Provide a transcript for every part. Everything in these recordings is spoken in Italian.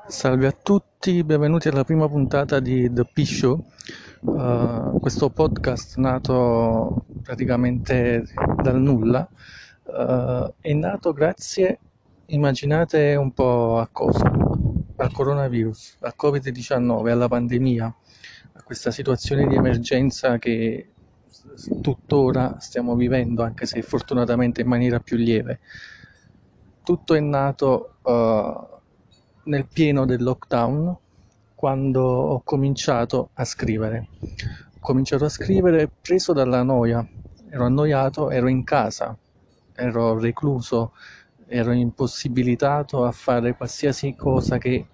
Salve a tutti, benvenuti alla prima puntata di The P-Show, questo podcast nato praticamente dal nulla, è nato grazie, immaginate un po' a cosa? Al coronavirus, al Covid-19, alla pandemia, a questa situazione di emergenza che tuttora stiamo vivendo, anche se fortunatamente in maniera più lieve. Tutto è nato nel pieno del lockdown, quando ho cominciato a scrivere. Ho cominciato a scrivere preso dalla noia, ero annoiato, ero in casa, ero recluso, ero impossibilitato a fare qualsiasi cosa che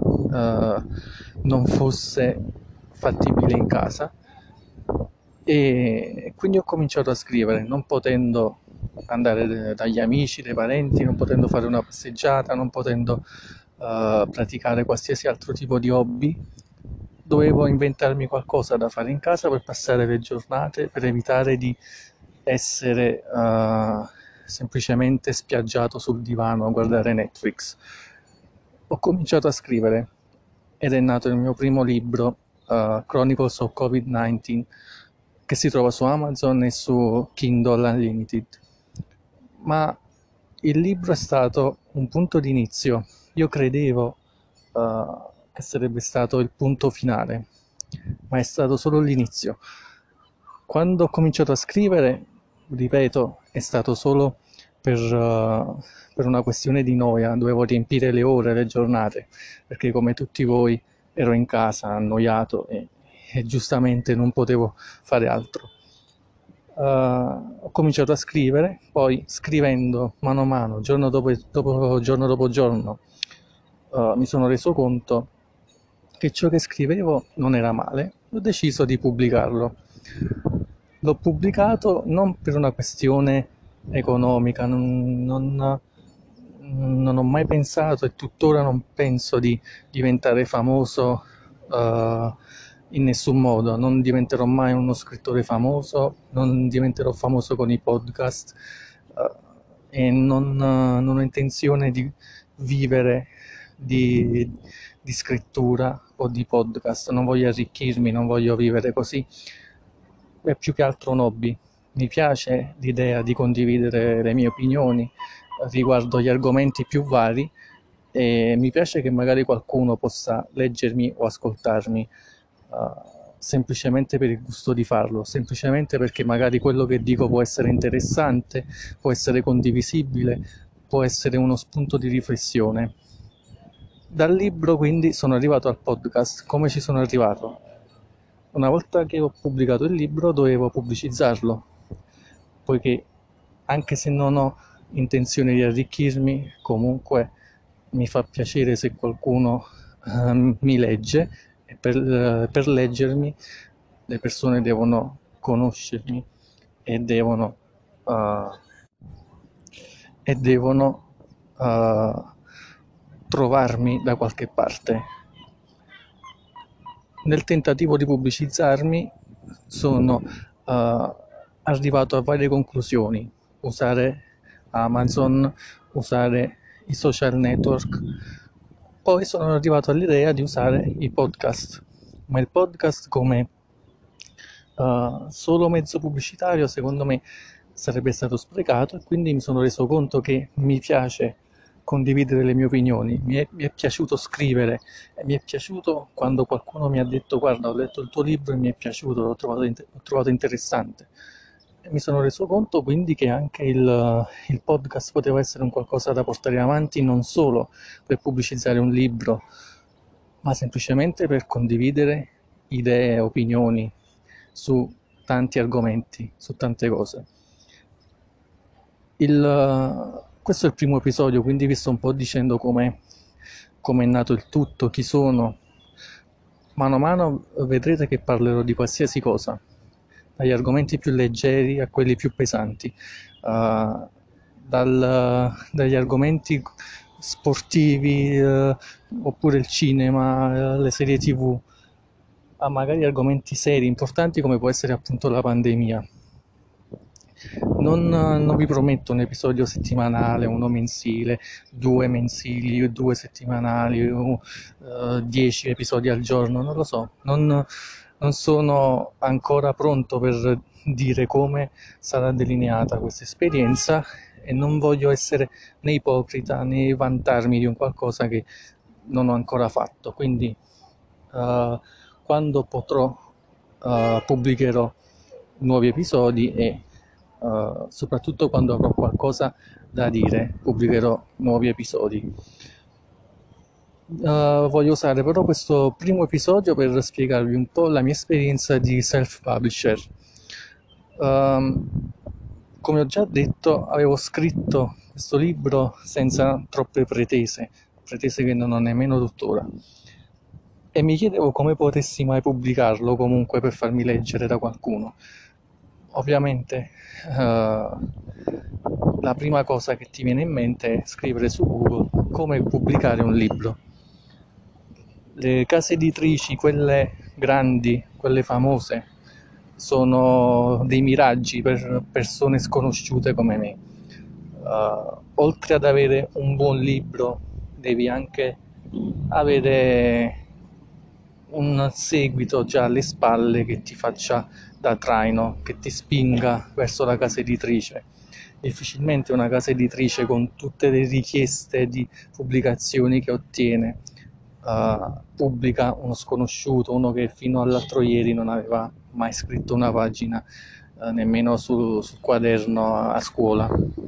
non fosse fattibile in casa, e quindi ho cominciato a scrivere, non potendo andare dagli amici, dai parenti, non potendo fare una passeggiata, non potendo praticare qualsiasi altro tipo di hobby. Dovevo inventarmi qualcosa da fare in casa per passare le giornate, per evitare di essere semplicemente spiaggiato sul divano a guardare Netflix. Ho cominciato a scrivere ed è nato il mio primo libro, Chronicles of COVID-19, che si trova su Amazon e su Kindle Unlimited. Ma il libro è stato un punto di inizio. Io credevo che sarebbe stato il punto finale, ma è stato solo l'inizio. Quando ho cominciato a scrivere, ripeto, è stato solo per una questione di noia, dovevo riempire le ore, le giornate, perché come tutti voi ero in casa, annoiato e giustamente non potevo fare altro. Ho cominciato a scrivere, poi scrivendo mano a mano, giorno dopo giorno, mi sono reso conto che ciò che scrivevo non era male, ho deciso di pubblicarlo. L'ho pubblicato non per una questione economica, non ho mai pensato e tuttora non penso di diventare famoso in nessun modo, non diventerò mai uno scrittore famoso, non diventerò famoso con i podcast e non ho intenzione di vivere di, di scrittura o di podcast, non voglio arricchirmi, non voglio vivere così, è più che altro un hobby. Mi piace l'idea di condividere le mie opinioni riguardo gli argomenti più vari e mi piace che magari qualcuno possa leggermi o ascoltarmi semplicemente per il gusto di farlo, semplicemente perché magari quello che dico può essere interessante, può essere condivisibile, può essere uno spunto di riflessione. Dal libro quindi sono arrivato al podcast. Come ci sono arrivato? Una volta che ho pubblicato il libro dovevo pubblicizzarlo, poiché anche se non ho intenzione di arricchirmi, comunque mi fa piacere se qualcuno mi legge e per leggermi le persone devono conoscermi e uh, devono trovarmi da qualche parte. Nel tentativo di pubblicizzarmi sono arrivato a varie conclusioni: usare Amazon, usare i social network. Poi sono arrivato all'idea di usare i podcast, ma il podcast come solo mezzo pubblicitario secondo me sarebbe stato sprecato, e quindi mi sono reso conto che mi piace condividere le mie opinioni, mi è piaciuto scrivere e mi è piaciuto quando qualcuno mi ha detto: guarda, ho letto il tuo libro e mi è piaciuto, l'ho trovato interessante. E mi sono reso conto quindi che anche il podcast poteva essere un qualcosa da portare avanti non solo per pubblicizzare un libro, ma semplicemente per condividere idee, opinioni su tanti argomenti, su tante cose. Questo è il primo episodio, quindi vi sto un po' dicendo come è nato il tutto, chi sono. Mano a mano vedrete che parlerò di qualsiasi cosa, dagli argomenti più leggeri a quelli più pesanti, dagli argomenti sportivi, oppure il cinema, le serie TV, a magari argomenti seri, importanti come può essere appunto la pandemia. Non vi prometto un episodio settimanale, uno mensile, 2 mensili, 2 settimanali, 10 episodi al giorno, non lo so. Non sono ancora pronto per dire come sarà delineata questa esperienza e non voglio essere né ipocrita né vantarmi di un qualcosa che non ho ancora fatto. Quindi quando potrò pubblicherò nuovi episodi e soprattutto quando avrò qualcosa da dire pubblicherò nuovi episodi. Voglio usare però questo primo episodio per spiegarvi un po' la mia esperienza di self-publisher. Come ho già detto, avevo scritto questo libro senza troppe pretese che non ho nemmeno tuttora, e mi chiedevo come potessi mai pubblicarlo comunque per farmi leggere da qualcuno. Ovviamente la prima cosa che ti viene in mente è scrivere su Google come pubblicare un libro. Le case editrici, quelle grandi, quelle famose, sono dei miraggi per persone sconosciute come me. Oltre ad avere un buon libro, devi anche avere un seguito già alle spalle che ti faccia da traino, che ti spinga verso la casa editrice. Difficilmente una casa editrice, con tutte le richieste di pubblicazioni che ottiene, pubblica uno sconosciuto, uno che fino all'altro ieri non aveva mai scritto una pagina nemmeno sul quaderno a scuola.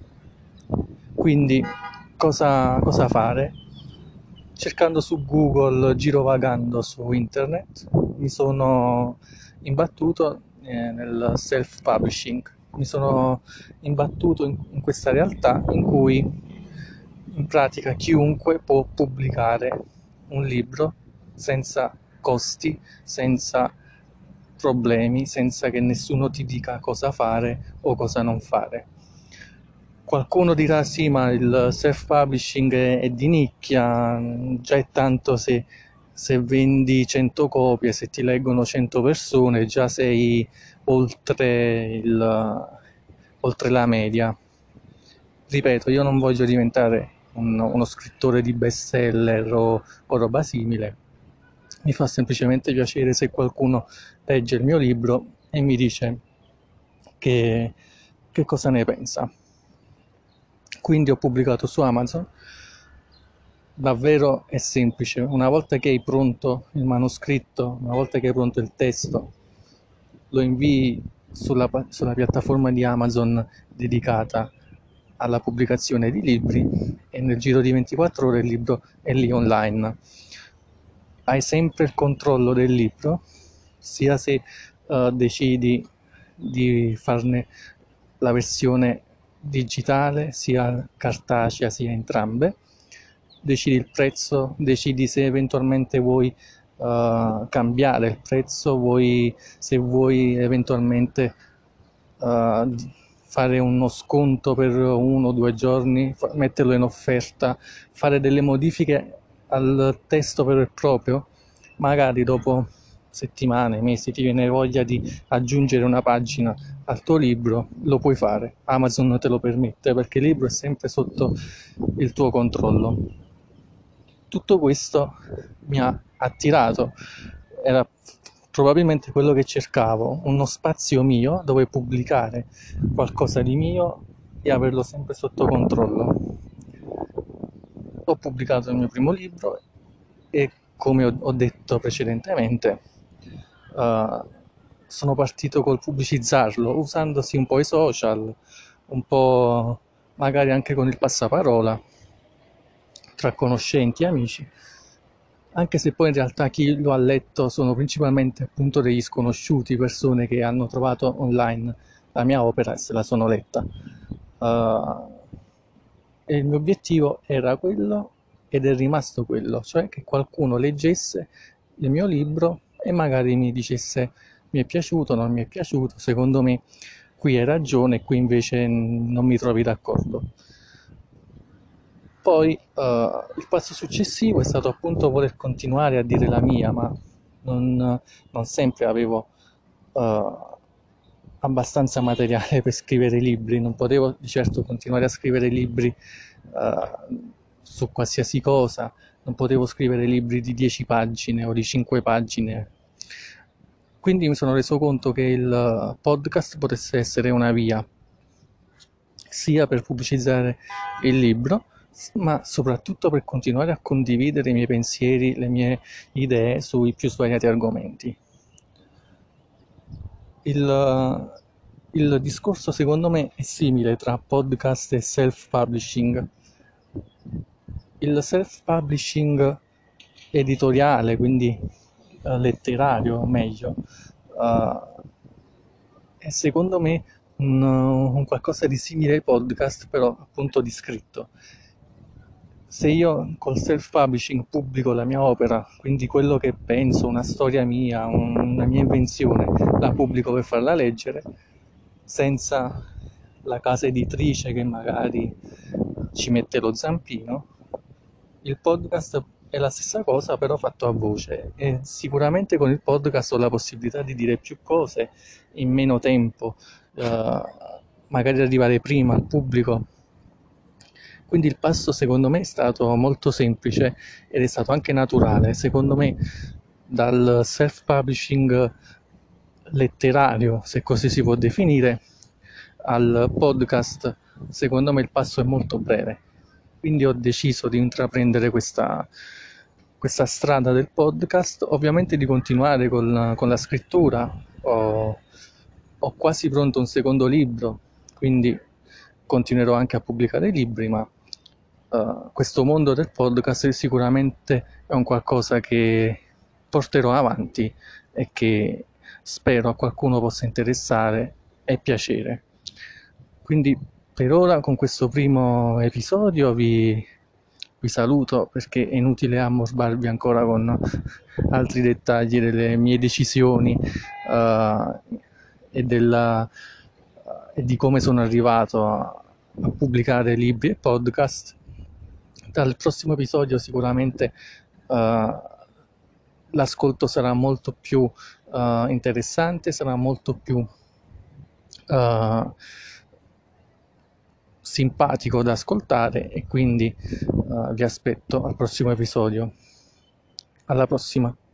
Quindi cosa fare? Cercando su Google, girovagando su internet, mi sono imbattuto nel self-publishing. Mi sono imbattuto in questa realtà in cui in pratica chiunque può pubblicare un libro senza costi, senza problemi, senza che nessuno ti dica cosa fare o cosa non fare. Qualcuno dirà sì, ma il self-publishing è di nicchia, già è tanto se vendi 100 copie, se ti leggono 100 persone, già sei oltre la media. Ripeto, io non voglio diventare uno scrittore di bestseller o roba simile. Mi fa semplicemente piacere se qualcuno legge il mio libro e mi dice che cosa ne pensa. Quindi ho pubblicato su Amazon. Davvero è semplice: una volta che hai pronto il manoscritto, una volta che hai pronto il testo, lo invii sulla piattaforma di Amazon dedicata alla pubblicazione di libri e nel giro di 24 ore il libro è lì online. Hai sempre il controllo del libro, sia se decidi di farne la versione digitale, sia cartacea, sia entrambe. Decidi il prezzo, decidi se eventualmente vuoi cambiare il prezzo, se vuoi eventualmente fare uno sconto per 1 o 2 giorni, metterlo in offerta, fare delle modifiche al testo vero e proprio. Magari dopo settimane, mesi ti viene voglia di aggiungere una pagina al tuo libro, lo puoi fare. Amazon te lo permette perché il libro è sempre sotto il tuo controllo. Tutto questo mi ha attirato, era probabilmente quello che cercavo, uno spazio mio dove pubblicare qualcosa di mio e averlo sempre sotto controllo. Ho pubblicato il mio primo libro e, come ho detto precedentemente, sono partito col pubblicizzarlo, usandosi un po' i social, un po' magari anche con il passaparola tra conoscenti e amici, anche se poi in realtà chi lo ha letto sono principalmente appunto degli sconosciuti, persone che hanno trovato online la mia opera e se la sono letta. E il mio obiettivo era quello ed è rimasto quello, cioè che qualcuno leggesse il mio libro e magari mi dicesse mi è piaciuto, non mi è piaciuto, secondo me qui hai ragione, qui invece non mi trovi d'accordo. Poi il passo successivo è stato appunto voler continuare a dire la mia, ma non sempre avevo abbastanza materiale per scrivere libri, non potevo di certo continuare a scrivere libri su qualsiasi cosa, non potevo scrivere libri di 10 pagine o di 5 pagine. Quindi mi sono reso conto che il podcast potesse essere una via sia per pubblicizzare il libro, ma soprattutto per continuare a condividere i miei pensieri, le mie idee sui più svariati argomenti. Il discorso secondo me è simile tra podcast e self-publishing. Il self-publishing editoriale, quindi letterario meglio, è secondo me un qualcosa di simile ai podcast, però appunto di scritto. Se io col self-publishing pubblico la mia opera, quindi quello che penso, una storia mia, una mia invenzione, la pubblico per farla leggere, senza la casa editrice che magari ci mette lo zampino, il podcast è la stessa cosa però fatto a voce, e sicuramente con il podcast ho la possibilità di dire più cose in meno tempo, magari arrivare prima al pubblico. Quindi il passo secondo me è stato molto semplice ed è stato anche naturale. Secondo me dal self-publishing letterario, se così si può definire, al podcast, secondo me il passo è molto breve. Quindi ho deciso di intraprendere questa strada del podcast, ovviamente di continuare con la scrittura. Ho quasi pronto un secondo libro, quindi continuerò anche a pubblicare libri, ma questo mondo del podcast sicuramente è un qualcosa che porterò avanti e che spero a qualcuno possa interessare e piacere. Quindi per ora con questo primo episodio vi saluto, perché è inutile ammorbarvi ancora con altri dettagli delle mie decisioni e di come sono arrivato a pubblicare libri e podcast. Dal prossimo episodio sicuramente l'ascolto sarà molto più interessante, sarà molto più simpatico da ascoltare, e quindi vi aspetto al prossimo episodio. Alla prossima.